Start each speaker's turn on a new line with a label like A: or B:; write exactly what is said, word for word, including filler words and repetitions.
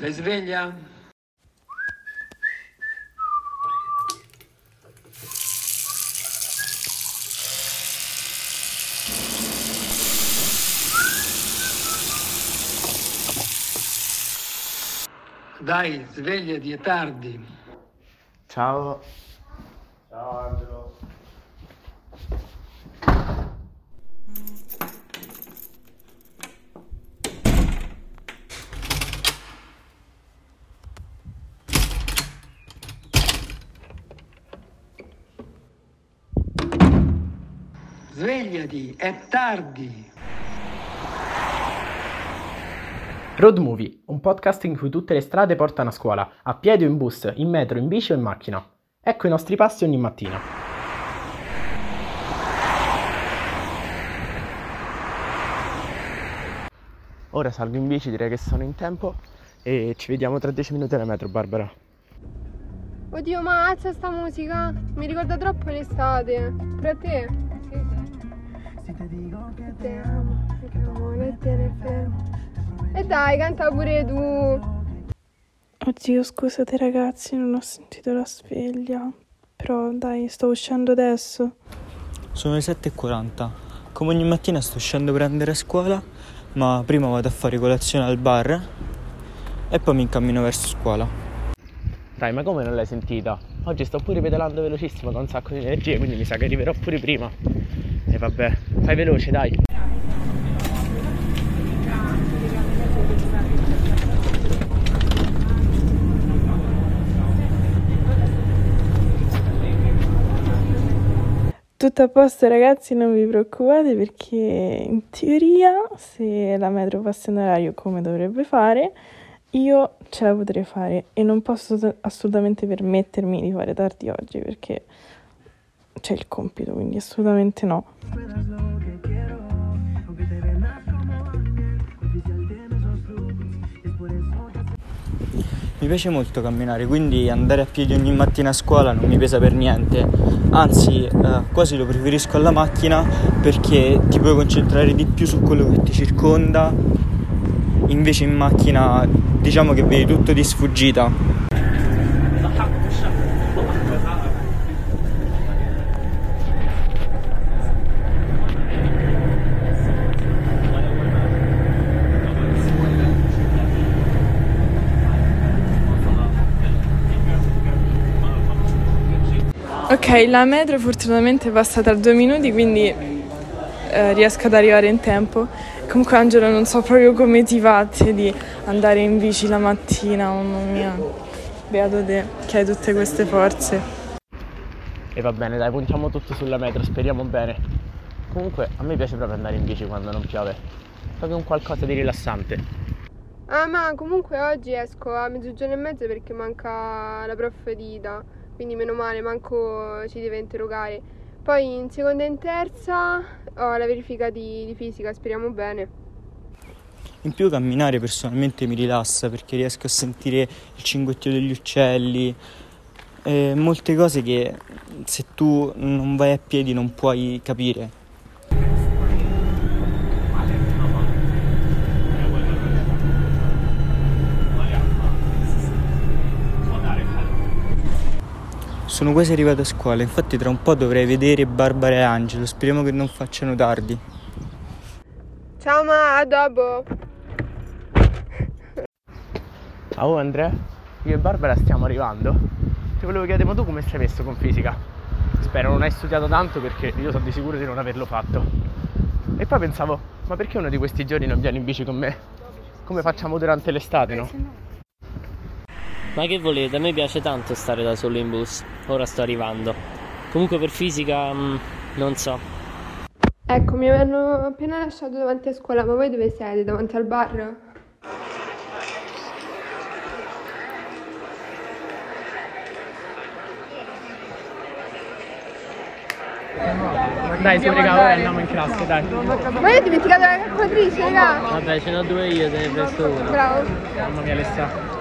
A: Sei sveglia? Dai, svegliati, è tardi.
B: Ciao.
C: Ciao Angelo.
A: Svegliati, è tardi.
B: Road Movie, un podcast in cui tutte le strade portano a scuola, a piedi o in bus, in metro, in bici o in macchina. Ecco i nostri passi ogni mattina. Ora salgo in bici, direi che sono in tempo e ci vediamo tra dieci minuti alla metro, Barbara.
D: Oddio, ma alza sta musica, mi ricorda troppo l'estate. Per a te? Sì, sì. Se ti dico che te amo, che amore te ne fermo. E dai, canta pure tu.
E: Oddio, scusate ragazzi, non ho sentito la sveglia. Però dai, sto uscendo adesso.
C: Sono le sette e quaranta. Come ogni mattina sto uscendo per andare a scuola, ma prima vado a fare colazione al bar e poi mi incammino verso scuola.
B: Dai, ma come non l'hai sentita? Oggi sto pure pedalando velocissimo con un sacco di energie, quindi mi sa che arriverò pure prima. E vabbè, fai veloce, dai.
E: Tutto a posto ragazzi, non vi preoccupate perché in teoria se la metro passa in orario come dovrebbe fare, io ce la potrei fare e non posso assolutamente permettermi di fare tardi oggi perché c'è il compito, quindi assolutamente no.
C: Mi piace molto camminare, quindi andare a piedi ogni mattina a scuola non mi pesa per niente. Anzi, eh, quasi lo preferisco alla macchina perché ti puoi concentrare di più su quello che ti circonda. Invece in macchina diciamo che vedi tutto di sfuggita.
E: Ok, la metro fortunatamente passa tra due minuti, quindi eh, riesco ad arrivare in tempo. Comunque Angelo, non so proprio come ti va a te di andare in bici la mattina, mamma mia. Beato te, che hai tutte queste forze.
B: E va bene, dai, puntiamo tutto sulla metro, speriamo bene. Comunque, a me piace proprio andare in bici quando non piove. Proprio un qualcosa di rilassante.
D: Ah, ma comunque oggi esco a mezzogiorno e mezzo perché manca la prof di Ida. Quindi meno male, manco ci deve interrogare. Poi in seconda e in terza ho la verifica di, di fisica, speriamo bene.
C: In più camminare personalmente mi rilassa perché riesco a sentire il cinguettio degli uccelli e molte cose che se tu non vai a piedi non puoi capire. Sono quasi arrivato a scuola, infatti tra un po' dovrei vedere Barbara e Angelo, speriamo che non facciano tardi.
D: Ciao ma, a dopo!
B: Oh Andrea, io e Barbara stiamo arrivando. Ti volevo chiedere, ma tu come stai messo con fisica? Spero non hai studiato tanto perché io sono di sicuro di non averlo fatto. E poi pensavo, ma perché uno di questi giorni non viene in bici con me? Come facciamo durante l'estate, no?
F: Ma che volete? A me piace tanto stare da solo in bus. Ora sto arrivando. Comunque per fisica mh, non so.
D: Ecco, mi hanno appena lasciato davanti a scuola, ma voi dove siete? Davanti al bar?
B: Dai, su, raga, ora andiamo in classe, dai.
D: Ma io ho dimenticato la calcolatrice, raga!
F: Vabbè, ce n'ho due io, te ne presto una.
D: Bravo.
B: Mamma mia, Alessa.